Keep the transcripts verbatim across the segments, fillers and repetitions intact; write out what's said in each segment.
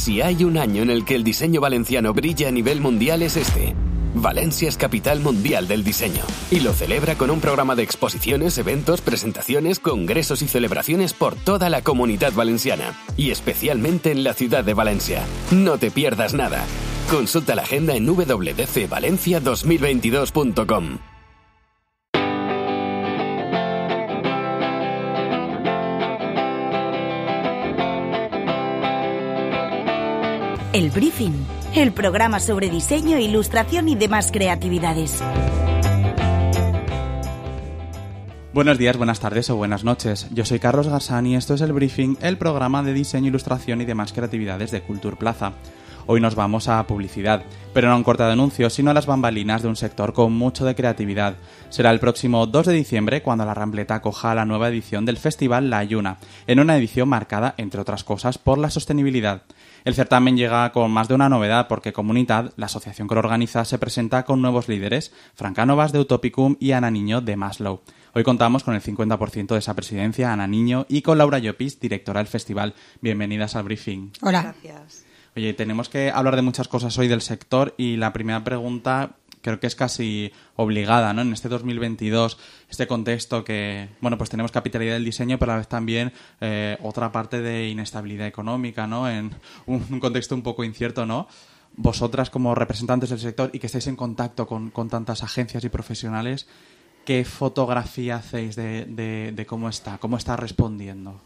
Si hay un año en el que el diseño valenciano brilla a nivel mundial es este. Valencia es capital mundial del diseño y lo celebra con un programa de exposiciones, eventos, presentaciones, congresos y celebraciones por toda la comunidad valenciana y especialmente en la ciudad de Valencia. No te pierdas nada. Consulta la agenda en doble u doble u doble u punto d c valencia dos mil veintidós punto com. El Briefing, el programa sobre diseño, ilustración y demás creatividades. Buenos días, buenas tardes o buenas noches. Yo soy Carlos Garzán y esto es El Briefing, el programa de diseño, ilustración y demás creatividades de Kulturplaza. Hoy nos vamos a publicidad, pero no a un corte de anuncios, sino a las bambalinas de un sector con mucho de creatividad. Será el próximo dos de diciembre cuando la Rambleta acoja la nueva edición del Festival La Lluna, en una edición marcada, entre otras cosas, por la sostenibilidad. El certamen llega con más de una novedad porque Comunidad, la asociación que lo organiza, se presenta con nuevos líderes, Fran Cánovas de Utopicum y Ana Niño de Maslow. Hoy contamos con el cincuenta por ciento de esa presidencia, Ana Niño, y con Laura Llopis, directora del festival. Bienvenidas al Briefing. Hola. Gracias. Oye, tenemos que hablar de muchas cosas hoy del sector y la primera pregunta creo que es casi obligada, ¿no? En este dos mil veintidós, este contexto que, bueno, pues tenemos capitalidad del diseño, pero a la vez también eh, otra parte de inestabilidad económica, ¿no? En un, un contexto un poco incierto, ¿no? Vosotras como representantes del sector y que estáis en contacto con, con tantas agencias y profesionales, ¿qué fotografía hacéis de, de, de cómo está, cómo está respondiendo?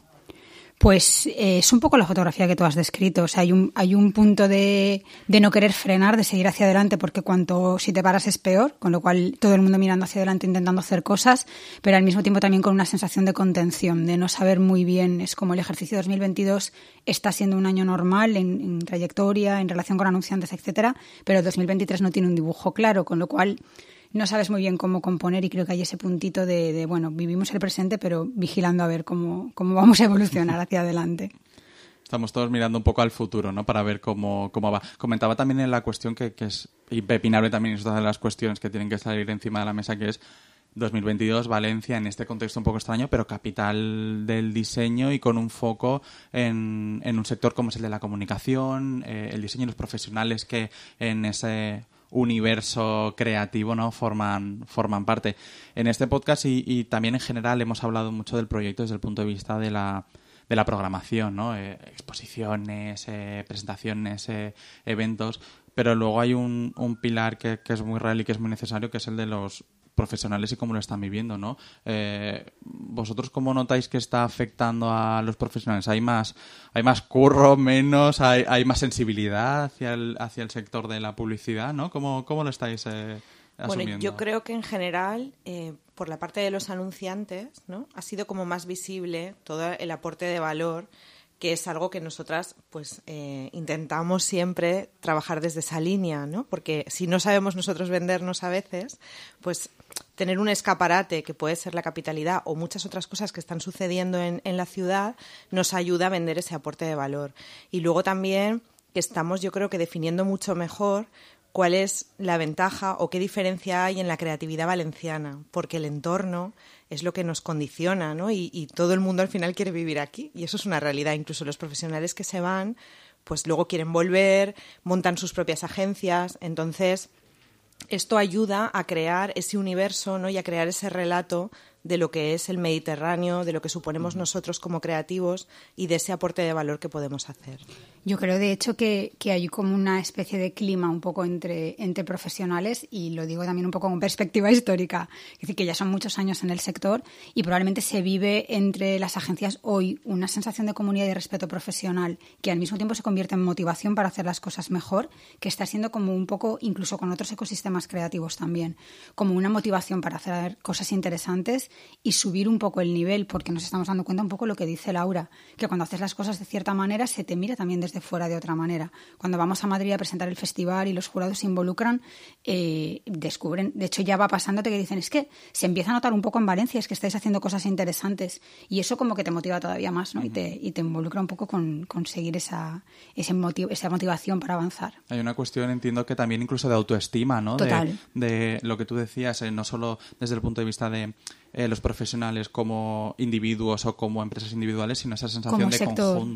Pues eh, es un poco la fotografía que tú has descrito. O sea, hay un, hay un punto de, de no querer frenar, de seguir hacia adelante, porque cuanto si te paras es peor, con lo cual todo el mundo mirando hacia adelante intentando hacer cosas, pero al mismo tiempo también con una sensación de contención, de no saber muy bien. Es como el ejercicio dos mil veintidós está siendo un año normal en, en trayectoria, en relación con anunciantes, etcétera, pero dos mil veintitrés no tiene un dibujo claro, con lo cual no sabes muy bien cómo componer y creo que hay ese puntito de, de bueno, vivimos el presente, pero vigilando a ver cómo, cómo vamos a evolucionar hacia adelante. Estamos todos mirando un poco al futuro, ¿no? Para ver cómo, cómo va. Comentaba también en la cuestión que, que es impepinable también, es una de las cuestiones que tienen que salir encima de la mesa, que es dos mil veintidós, Valencia, en este contexto un poco extraño, pero capital del diseño y con un foco en, en un sector como es el de la comunicación, eh, el diseño y los profesionales que en ese universo creativo, ¿no? forman forman parte. En este podcast y, y también en general hemos hablado mucho del proyecto desde el punto de vista de la de la programación, ¿no? Eh, exposiciones, eh, presentaciones, eh, eventos, pero luego hay un, un pilar que, que es muy real y que es muy necesario, que es el de los profesionales y cómo lo están viviendo, ¿no? Eh, ¿Vosotros cómo notáis que está afectando a los profesionales? ¿Hay más hay más curro, menos? ¿Hay, hay más sensibilidad hacia el, hacia el sector de la publicidad, ¿no? ¿Cómo, cómo lo estáis eh, asumiendo? Bueno, yo creo que en general, eh, por la parte de los anunciantes, ¿no? Ha sido como más visible todo el aporte de valor, que es algo que nosotras pues eh, intentamos siempre trabajar desde esa línea, ¿no? Porque si no sabemos nosotros vendernos a veces, pues tener un escaparate que puede ser la capitalidad o muchas otras cosas que están sucediendo en, en la ciudad nos ayuda a vender ese aporte de valor. Y luego también que estamos, yo creo que definiendo mucho mejor cuál es la ventaja o qué diferencia hay en la creatividad valenciana, porque el entorno es lo que nos condiciona, ¿no? Y, y todo el mundo al final quiere vivir aquí y eso es una realidad. Incluso los profesionales que se van, pues luego quieren volver, montan sus propias agencias. Entonces, esto ayuda a crear ese universo, ¿no? Y a crear ese relato de lo que es el Mediterráneo, de lo que suponemos nosotros como creativos y de ese aporte de valor que podemos hacer. Yo creo, de hecho, que, que hay como una especie de clima un poco entre, entre profesionales y lo digo también un poco con perspectiva histórica. Es decir, que ya son muchos años en el sector y probablemente se vive entre las agencias hoy una sensación de comunidad y respeto profesional que al mismo tiempo se convierte en motivación para hacer las cosas mejor, que está siendo como un poco, incluso con otros ecosistemas creativos también, como una motivación para hacer cosas interesantes y subir un poco el nivel, porque nos estamos dando cuenta un poco lo que dice Laura, que cuando haces las cosas de cierta manera se te mira también desde fuera de otra manera. Cuando vamos a Madrid a presentar el festival y los jurados se involucran, eh, descubren, de hecho ya va pasándote que dicen, es que se empieza a notar un poco en Valencia, es que estáis haciendo cosas interesantes y eso como que te motiva todavía más, ¿no? Uh-huh. y, te, y te involucra un poco con conseguir esa, ese motiv- esa motivación para avanzar. Hay una cuestión, entiendo que también incluso de autoestima, ¿no? Total. De, de lo que tú decías, eh, no solo desde el punto de vista de Eh, los profesionales como individuos o como empresas individuales, sino esa sensación como de sector. conjunto.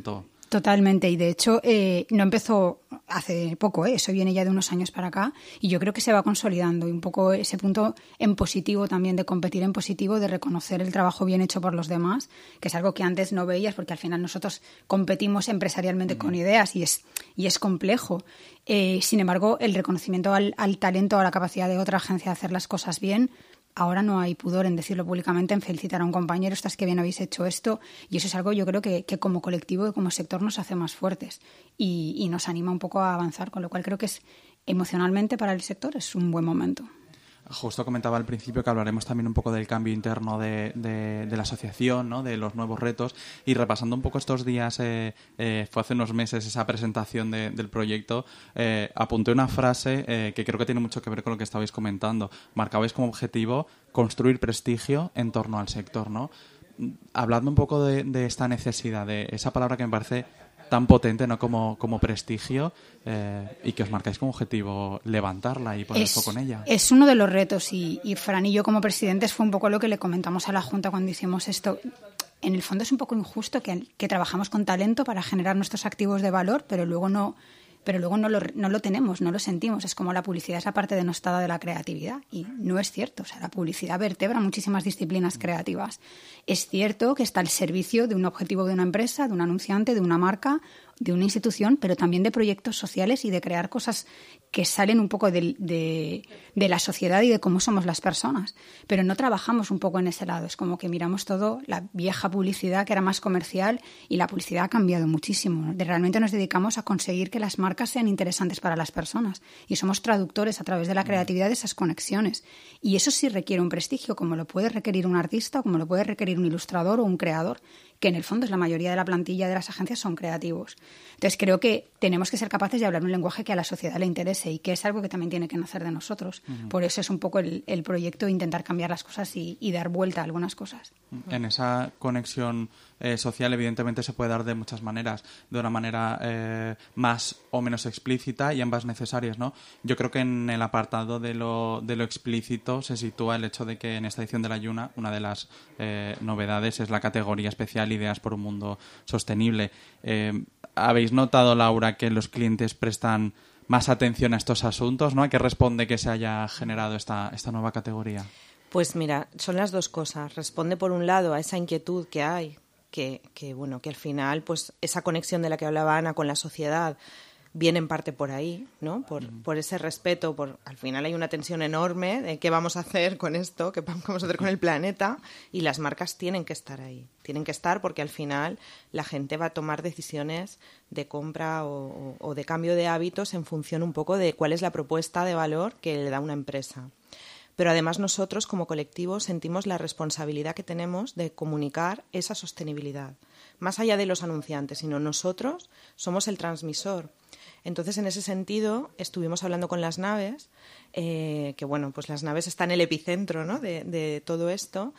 Totalmente, y de hecho eh, no empezó hace poco, ¿eh? Eso viene ya de unos años para acá y yo creo que se va consolidando y un poco ese punto en positivo también, de competir en positivo, de reconocer el trabajo bien hecho por los demás, que es algo que antes no veías porque al final nosotros competimos empresarialmente mm. con ideas y es, y es complejo. Eh, sin embargo, el reconocimiento al, al talento, a la capacidad de otra agencia de hacer las cosas bien, ahora no hay pudor en decirlo públicamente, en felicitar a un compañero, estás que bien habéis hecho esto, y eso es algo yo creo que, que como colectivo y como sector nos hace más fuertes y, y nos anima un poco a avanzar, con lo cual creo que es emocionalmente para el sector es un buen momento. Justo comentaba al principio que hablaremos también un poco del cambio interno de, de, de la asociación, ¿no? De los nuevos retos, y repasando un poco estos días, eh, eh, fue hace unos meses esa presentación de, del proyecto, eh, apunté una frase eh, que creo que tiene mucho que ver con lo que estabais comentando. Marcabais como objetivo construir prestigio en torno al sector, ¿no? Hablando un poco de, de esta necesidad, de esa palabra que me parece tan potente, ¿no? como, como prestigio, eh, y que os marcáis como objetivo levantarla y poner es, foco en ella. Es uno de los retos y, y Fran y yo como presidentes fue un poco lo que le comentamos a la Junta cuando hicimos esto. En el fondo es un poco injusto que, que trabajamos con talento para generar nuestros activos de valor, pero luego no... pero luego no lo, no lo tenemos, no lo sentimos. Es como la publicidad, esa parte denostada de la creatividad. Y no es cierto. O sea, la publicidad vertebra muchísimas disciplinas creativas. Es cierto que está al servicio de un objetivo de una empresa, de un anunciante, de una marca, de una institución, pero también de proyectos sociales y de crear cosas que salen un poco de, de, de la sociedad y de cómo somos las personas. Pero no trabajamos un poco en ese lado. Es como que miramos todo, la vieja publicidad que era más comercial, y la publicidad ha cambiado muchísimo. Realmente nos dedicamos a conseguir que las marcas sean interesantes para las personas y somos traductores a través de la creatividad de esas conexiones. Y eso sí requiere un prestigio, como lo puede requerir un artista o como lo puede requerir un ilustrador o un creador, que en el fondo es la mayoría de la plantilla de las agencias son creativos. Entonces creo que tenemos que ser capaces de hablar un lenguaje que a la sociedad le interese y que es algo que también tiene que nacer de nosotros. Uh-huh. Por eso es un poco el, el proyecto, intentar cambiar las cosas y, y dar vuelta a algunas cosas. En esa conexión eh, social evidentemente se puede dar de muchas maneras, de una manera eh, más o menos explícita y ambas necesarias, ¿no? Yo creo que en el apartado de lo, de lo explícito se sitúa el hecho de que en esta edición de la Lluna una de las eh, novedades es la categoría especial Ideas por un Mundo Sostenible. Eh, ¿Habéis notado, Laura, que los clientes prestan más atención a estos asuntos, ¿no? ¿A qué responde que se haya generado esta, esta nueva categoría? Pues mira, son las dos cosas. Responde por un lado a esa inquietud que hay, que, que bueno, que al final, pues esa conexión de la que hablaba Ana con la sociedad viene en parte por ahí, ¿no? Por, mm. por ese respeto, por al final hay una tensión enorme de qué vamos a hacer con esto, qué vamos a hacer con el planeta, y las marcas tienen que estar ahí. Tienen que estar porque al final la gente va a tomar decisiones de compra o, o de cambio de hábitos en función un poco de cuál es la propuesta de valor que le da una empresa. Pero además nosotros como colectivo sentimos la responsabilidad que tenemos de comunicar esa sostenibilidad. Más allá de los anunciantes, sino nosotros somos el transmisor. Entonces, en ese sentido, estuvimos hablando con las naves, eh, que bueno, pues las naves están en el epicentro, ¿no? de, de todo esto,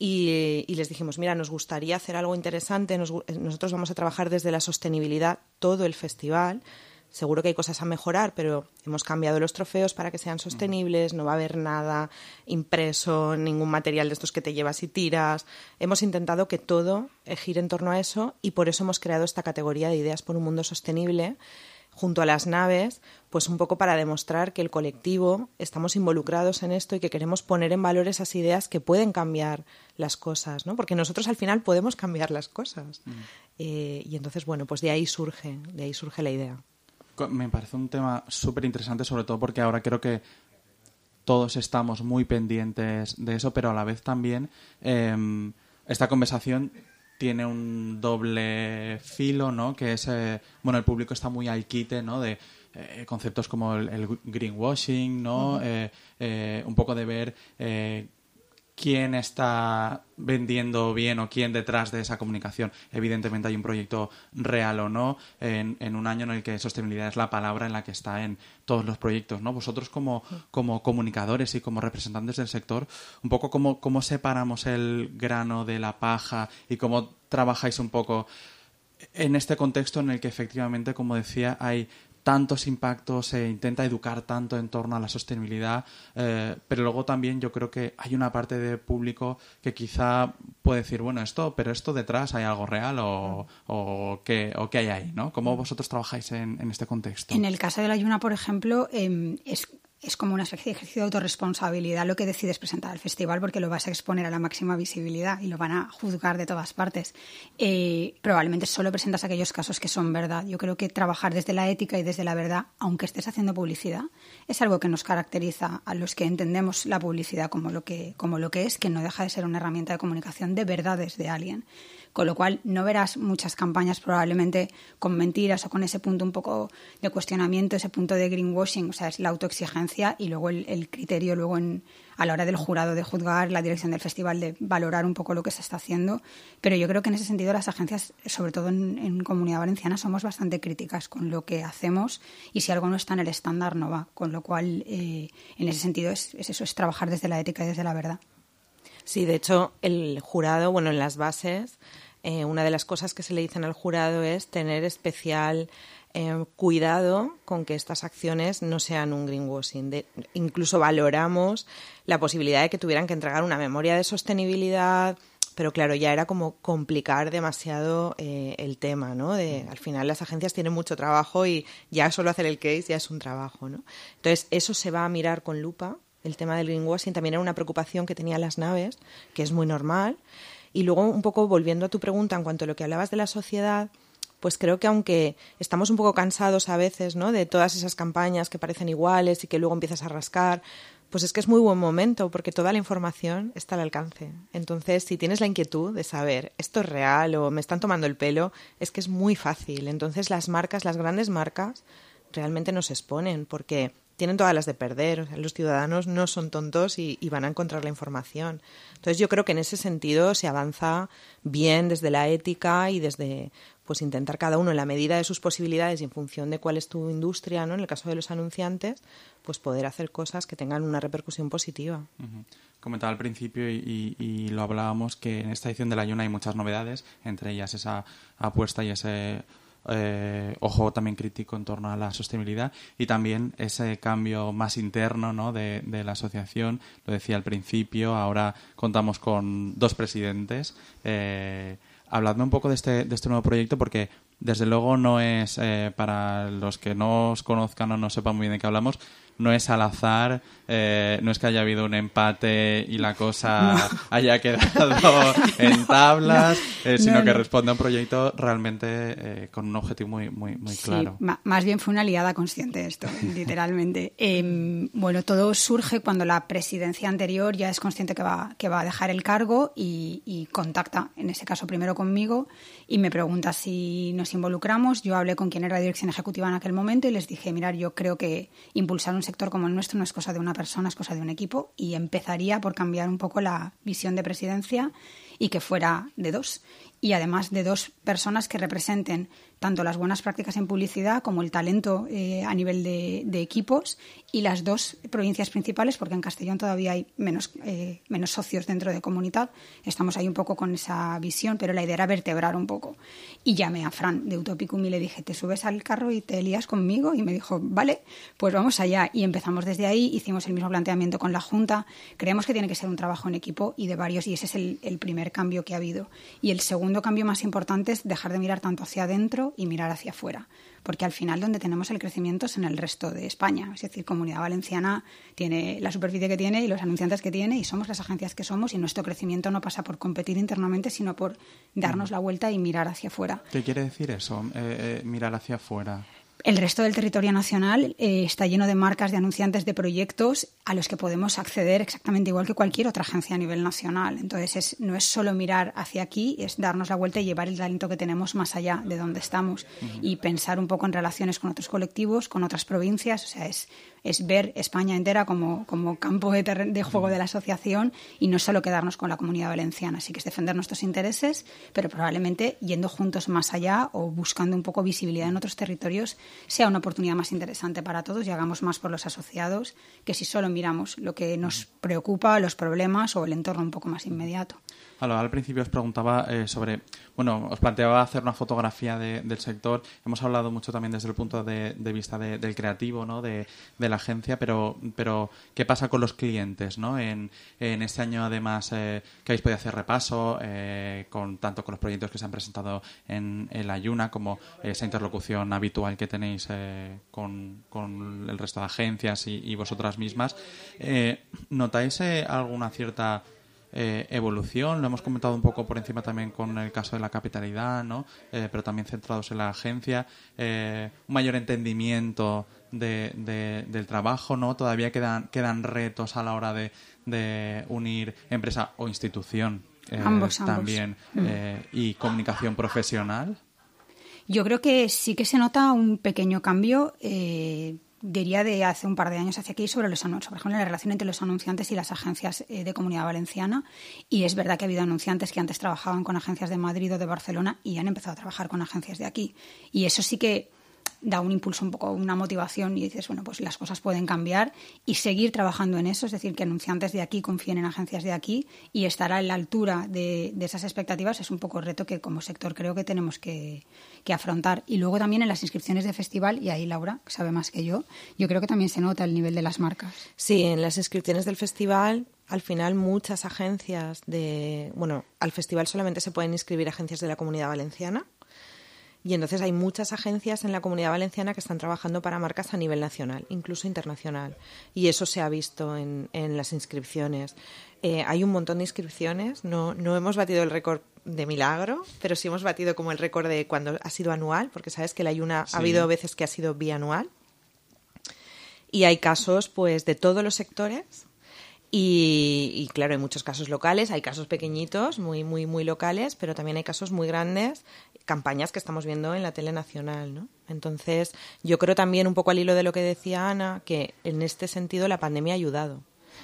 y, y les dijimos, mira, nos gustaría hacer algo interesante, nos, nosotros vamos a trabajar desde la sostenibilidad todo el festival. Seguro que hay cosas a mejorar, pero hemos cambiado los trofeos para que sean sostenibles, no va a haber nada impreso, ningún material de estos que te llevas y tiras. Hemos intentado que todo gire en torno a eso y por eso hemos creado esta categoría de Ideas por un Mundo Sostenible junto a las naves, pues un poco para demostrar que el colectivo estamos involucrados en esto y que queremos poner en valor esas ideas que pueden cambiar las cosas, ¿no? Porque nosotros al final podemos cambiar las cosas. Mm. Eh, y entonces, bueno, pues de ahí surge, de ahí surge la idea. Me parece un tema súper interesante, sobre todo porque ahora creo que todos estamos muy pendientes de eso, pero a la vez también eh, esta conversación tiene un doble filo, ¿no? Que es, eh, bueno, el público está muy al quite, ¿no? De eh, conceptos como el, el greenwashing, ¿no? Uh-huh. eh, eh, un poco de ver eh, quién está vendiendo bien o quién detrás de esa comunicación. Evidentemente hay un proyecto real o no en, en un año en el que sostenibilidad es la palabra en la que está en todos los proyectos, ¿no? Vosotros como, como comunicadores y como representantes del sector, un poco cómo, cómo separamos el grano de la paja y cómo trabajáis un poco en este contexto en el que efectivamente, como decía, hay tantos impactos, se intenta educar tanto en torno a la sostenibilidad, eh, pero luego también yo creo que hay una parte de público que quizá puede decir, bueno, esto, pero esto detrás hay algo real o, o, ¿qué, o qué hay ahí, ¿no? ¿Cómo vosotros trabajáis en, en este contexto? En el caso de la Lluna, por ejemplo, eh, es... Es como una especie de ejercicio de autorresponsabilidad lo que decides presentar al festival, porque lo vas a exponer a la máxima visibilidad y lo van a juzgar de todas partes. Eh, probablemente solo presentas aquellos casos que son verdad. Yo creo que trabajar desde la ética y desde la verdad, aunque estés haciendo publicidad, es algo que nos caracteriza a los que entendemos la publicidad como lo que, como lo que es, que no deja de ser una herramienta de comunicación de verdades de alguien. Con lo cual no verás muchas campañas probablemente con mentiras o con ese punto un poco de cuestionamiento, ese punto de greenwashing, o sea, es la autoexigencia y luego el, el criterio luego en, a la hora del jurado de juzgar, la dirección del festival de valorar un poco lo que se está haciendo. Pero yo creo que en ese sentido las agencias, sobre todo en, en Comunidad Valenciana, somos bastante críticas con lo que hacemos y si algo no está en el estándar no va. Con lo cual, eh, en ese sentido es, es eso, es trabajar desde la ética y desde la verdad. Sí, de hecho, el jurado, bueno, en las bases, eh, una de las cosas que se le dicen al jurado es tener especial eh, cuidado con que estas acciones no sean un greenwashing. De, incluso valoramos la posibilidad de que tuvieran que entregar una memoria de sostenibilidad, pero claro, ya era como complicar demasiado eh, el tema, ¿no? De, al final las agencias tienen mucho trabajo y ya solo hacer el case ya es un trabajo, ¿no? Entonces, eso se va a mirar con lupa. El tema del greenwashing también era una preocupación que tenían las naves, que es muy normal. Y luego, un poco volviendo a tu pregunta en cuanto a lo que hablabas de la sociedad, pues creo que aunque estamos un poco cansados a veces, ¿no?, de todas esas campañas que parecen iguales y que luego empiezas a rascar, pues es que es muy buen momento porque toda la información está al alcance. Entonces, si tienes la inquietud de saber esto es real o me están tomando el pelo, es que es muy fácil. Entonces, las marcas, las grandes marcas, realmente nos exponen porque tienen todas las de perder. O sea, los ciudadanos no son tontos y, y van a encontrar la información. Entonces yo creo que en ese sentido se avanza bien desde la ética y desde pues intentar cada uno en la medida de sus posibilidades y en función de cuál es tu industria, ¿no? En el caso de los anunciantes, pues poder hacer cosas que tengan una repercusión positiva. Uh-huh. Comentaba al principio y, y, y lo hablábamos que en esta edición de la Lluna hay muchas novedades, entre ellas esa apuesta y ese Eh, ojo también crítico en torno a la sostenibilidad y también ese cambio más interno, ¿no?, de, de la asociación. Lo decía al principio, ahora contamos con dos presidentes. Eh, habladme un poco de este, de este nuevo proyecto porque desde luego no es, eh, para los que no os conozcan o no sepan muy bien de qué hablamos, no es al azar, eh, no es que haya habido un empate y la cosa no. haya quedado en tablas, no. eh, sino no, que no. responde a un proyecto realmente eh, con un objetivo muy muy muy sí, claro. Ma- más bien fue una liada consciente esto, literalmente. Eh, bueno, todo surge cuando la presidencia anterior ya es consciente que va, que va a dejar el cargo y, y contacta, en ese caso primero conmigo, y me pregunta si nos involucramos. Yo hablé con quien era la dirección ejecutiva en aquel momento y les dije, mirar, yo creo que impulsar un sector como el nuestro no es cosa de una persona, es cosa de un equipo, y empezaría por cambiar un poco la visión de presidencia y que fuera de dos. Y además de dos personas que representen tanto las buenas prácticas en publicidad como el talento eh, a nivel de, de equipos y las dos provincias principales, porque en Castellón todavía hay menos, eh, menos socios dentro de Comunitat. Estamos ahí un poco con esa visión, pero la idea era vertebrar un poco. Y llamé a Fran de Utopicum y le dije, ¿te subes al carro y te lías conmigo? Y me dijo, vale, pues vamos allá. Y empezamos desde ahí, hicimos el mismo planteamiento con la Junta. Creemos que tiene que ser un trabajo en equipo y de varios, y ese es el, el primer cambio que ha habido. Y el segundo cambio más importante es dejar de mirar tanto hacia adentro y mirar hacia afuera, porque al final donde tenemos el crecimiento es en el resto de España. Es decir, Comunidad Valenciana tiene la superficie que tiene y los anunciantes que tiene y somos las agencias que somos, y nuestro crecimiento no pasa por competir internamente, sino por darnos la vuelta y mirar hacia afuera. ¿Qué quiere decir eso, eh, eh, mirar hacia afuera? El resto del territorio nacional eh, está lleno de marcas, de anunciantes, de proyectos a los que podemos acceder exactamente igual que cualquier otra agencia a nivel nacional. Entonces, es, no es solo mirar hacia aquí, es darnos la vuelta y llevar el talento que tenemos más allá de donde estamos uh-huh. y pensar un poco en relaciones con otros colectivos, con otras provincias. O sea, es, es ver España entera como, como campo de, ter- de juego uh-huh. de la asociación y no solo quedarnos con la Comunidad Valenciana. Así que es defender nuestros intereses, pero probablemente yendo juntos más allá o buscando un poco visibilidad en otros territorios sea una oportunidad más interesante para todos y hagamos más por los asociados que si solo miramos lo que nos preocupa, los problemas o el entorno un poco más inmediato. Al, al principio os preguntaba eh, sobre, bueno, os planteaba hacer una fotografía de, del sector. Hemos hablado mucho también desde el punto de, de vista de, del creativo, ¿no? De, de la agencia, pero, pero ¿qué pasa con los clientes, ¿no? En, en este año, además, eh, que habéis podido hacer repaso, eh, con tanto con los proyectos que se han presentado en, en la Lluna, como esa interlocución habitual que tenéis eh, con, con el resto de agencias y, y vosotras mismas. Eh, ¿Notáis eh, alguna cierta Eh, evolución? Lo hemos comentado un poco por encima también con el caso de la capitalidad, ¿no? Eh, pero también centrados en la agencia, eh, un mayor entendimiento de, de, del trabajo, ¿no? Todavía quedan quedan retos a la hora de, de unir empresa o institución eh, ambos, también ambos. Eh, y comunicación profesional. Yo creo que sí que se nota un pequeño cambio, eh, diría de hace un par de años hacia aquí, sobre los anuncios, por ejemplo, la relación entre los anunciantes y las agencias eh, de Comunidad Valenciana. Y es verdad que ha habido anunciantes que antes trabajaban con agencias de Madrid o de Barcelona y han empezado a trabajar con agencias de aquí. Y eso sí que da un impulso, un poco una motivación, y dices, bueno, pues las cosas pueden cambiar y seguir trabajando en eso, es decir, que anunciantes de aquí confíen en agencias de aquí y estar a la altura de, de esas expectativas es un poco el reto que como sector creo que tenemos que, que afrontar. Y luego también en las inscripciones de festival, y ahí Laura, que sabe más que yo, yo creo que también se nota el nivel de las marcas. Sí, en las inscripciones del festival, al final muchas agencias de... Bueno, al festival solamente se pueden inscribir agencias de la Comunidad Valenciana. Y entonces hay muchas agencias en la Comunidad Valenciana que están trabajando para marcas a nivel nacional, incluso internacional. Y eso se ha visto en, en las inscripciones. Eh, hay un montón de inscripciones. No, no hemos batido el récord de milagro, pero sí hemos batido como el récord de cuando ha sido anual, porque sabes que la Lluna sí. Ha habido veces que ha sido bianual. Y hay casos pues de todos los sectores. Y, y claro, hay muchos casos locales, hay casos pequeñitos, muy, muy, muy locales, pero también hay casos muy grandes, campañas que estamos viendo en la tele nacional, ¿no? Entonces, yo creo también, un poco al hilo de lo que decía Ana, que en este sentido la pandemia ha ayudado,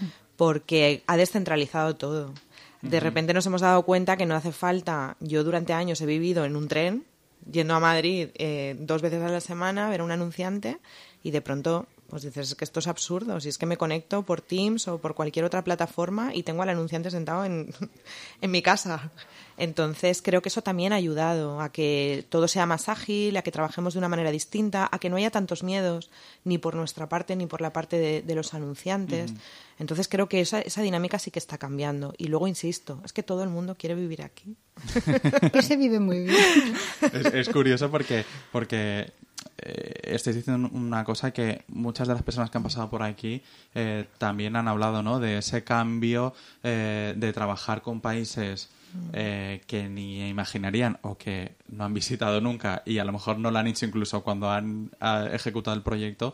porque ha descentralizado todo. De repente nos hemos dado cuenta que no hace falta... Yo durante años he vivido en un tren, yendo a Madrid eh, dos veces a la semana a ver a un anunciante, y de pronto... Pues dices, es que esto es absurdo. Si es que me conecto por Teams o por cualquier otra plataforma y tengo al anunciante sentado en, en mi casa. Entonces, creo que eso también ha ayudado a que todo sea más ágil, a que trabajemos de una manera distinta, a que no haya tantos miedos, ni por nuestra parte ni por la parte de, de los anunciantes. Mm. Entonces, creo que esa, esa dinámica sí que está cambiando. Y luego, insisto, es que todo el mundo quiere vivir aquí. Que se vive muy bien. Es, es curioso porque... porque... Eh, estáis diciendo una cosa que muchas de las personas que han pasado por aquí eh, también han hablado, ¿no? De ese cambio eh, de trabajar con países eh, que ni imaginarían o que no han visitado nunca y a lo mejor no lo han hecho incluso cuando han ha ejecutado el proyecto,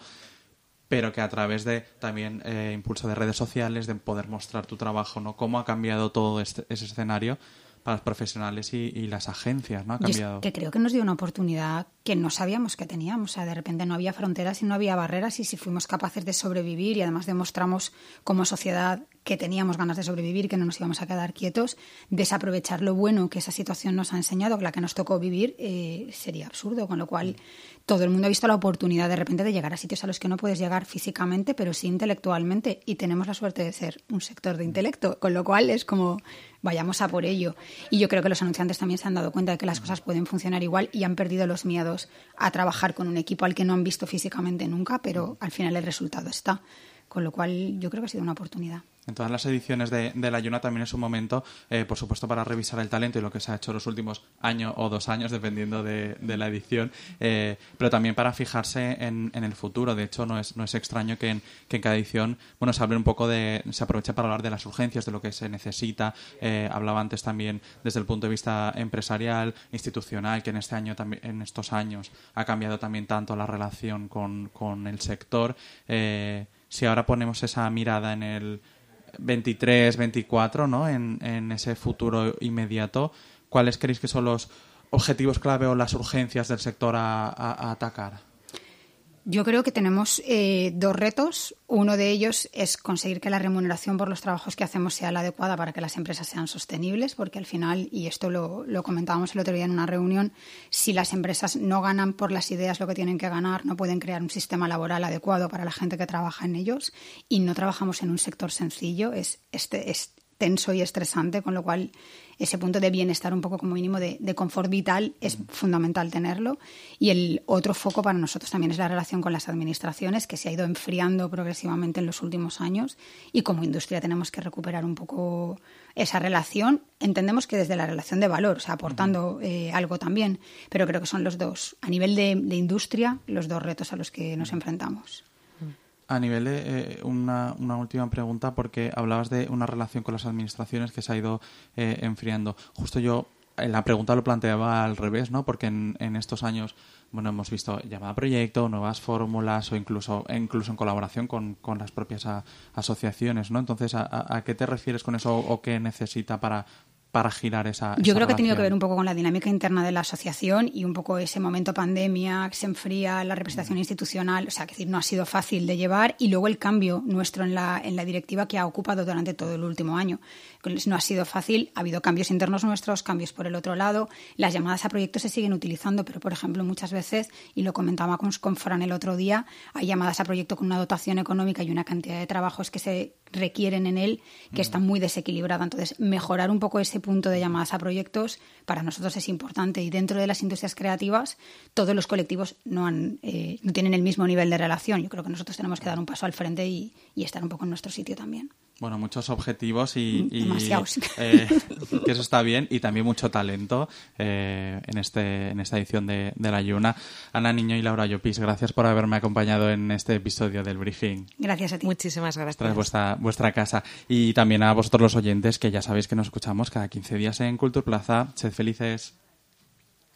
pero que a través de también eh, impulso de redes sociales, de poder mostrar tu trabajo, ¿no? Cómo ha cambiado todo este, ese escenario para los profesionales y, y las agencias, ¿no? Ha cambiado. Y es que creo que nos dio una oportunidad que no sabíamos que teníamos. O sea, de repente no había fronteras y no había barreras, y si fuimos capaces de sobrevivir y además demostramos como sociedad que teníamos ganas de sobrevivir, que no nos íbamos a quedar quietos, desaprovechar lo bueno que esa situación nos ha enseñado, la que nos tocó vivir, eh, sería absurdo. Con lo cual, todo el mundo ha visto la oportunidad de repente de llegar a sitios a los que no puedes llegar físicamente, pero sí intelectualmente. Y tenemos la suerte de ser un sector de intelecto, con lo cual es como vayamos a por ello. Y yo creo que los anunciantes también se han dado cuenta de que las cosas pueden funcionar igual y han perdido los miedos a trabajar con un equipo al que no han visto físicamente nunca, pero al final el resultado está. Con lo cual yo creo que ha sido una oportunidad. En todas las ediciones de, de la Lluna también es un momento, eh, por supuesto, para revisar el talento y lo que se ha hecho los últimos año o dos años, dependiendo de, de la edición, eh, pero también para fijarse en, en el futuro. De hecho, no es, no es extraño que en, que en cada edición, bueno, se hable un poco de, se aproveche para hablar de las urgencias, de lo que se necesita. Eh, hablaba antes también desde el punto de vista empresarial, institucional, que en este año también, en estos años ha cambiado también tanto la relación con, con el sector. Eh, si ahora ponemos esa mirada en el veintitrés, veinticuatro, ¿no? En, en ese futuro inmediato, ¿cuáles creéis que son los objetivos clave o las urgencias del sector a, a, a atacar? Yo creo que tenemos eh, dos retos. Uno de ellos es conseguir que la remuneración por los trabajos que hacemos sea la adecuada para que las empresas sean sostenibles, porque al final, y esto lo, lo comentábamos el otro día en una reunión, si las empresas no ganan por las ideas lo que tienen que ganar, no pueden crear un sistema laboral adecuado para la gente que trabaja en ellos, y no trabajamos en un sector sencillo. Es, este, es tenso y estresante, con lo cual ese punto de bienestar, un poco como mínimo de, de confort vital, es fundamental tenerlo. Y el otro foco para nosotros también es la relación con las administraciones, que se ha ido enfriando progresivamente en los últimos años, y como industria tenemos que recuperar un poco esa relación. Entendemos que desde la relación de valor, o sea, aportando eh, algo también, pero creo que son los dos, a nivel de, de industria, los dos retos a los que nos enfrentamos. A nivel de eh, una, una última pregunta, porque hablabas de una relación con las administraciones que se ha ido eh, enfriando. Justo yo en la pregunta lo planteaba al revés, ¿no? Porque en, en estos años, bueno, hemos visto llamada a proyecto, nuevas fórmulas o incluso incluso en colaboración con, con las propias a, asociaciones, ¿no? Entonces, ¿a, a, ¿a qué te refieres con eso o qué necesita para para girar esa, esa Yo creo que relación? ha tenido que ver un poco con la dinámica interna de la asociación y un poco ese momento pandemia, que se enfría la representación institucional, o sea, que decir, no ha sido fácil de llevar, y luego el cambio nuestro en la, en la directiva que ha ocupado durante todo el último año. No ha sido fácil, ha habido cambios internos nuestros, cambios por el otro lado, las llamadas a proyectos se siguen utilizando, pero por ejemplo muchas veces, y lo comentábamos con Fran el otro día, hay llamadas a proyecto con una dotación económica y una cantidad de trabajos que se requieren en él que está muy desequilibrada. Entonces, mejorar un poco ese punto de llamadas a proyectos para nosotros es importante, y dentro de las industrias creativas todos los colectivos no han eh, no tienen el mismo nivel de relación. Yo creo que nosotros tenemos que dar un paso al frente y, y estar un poco en nuestro sitio también. Bueno, muchos objetivos y, y demasiados. Eh, que eso está bien, y también mucho talento eh, en este en esta edición de, de La Lluna. Ana Niño y Laura Llopis, gracias por haberme acompañado en este episodio del Briefing. Gracias a ti. Muchísimas gracias. Esta es vuestra, vuestra casa. Y también a vosotros los oyentes, que ya sabéis que nos escuchamos cada quince días en Culturplaza. Sed felices.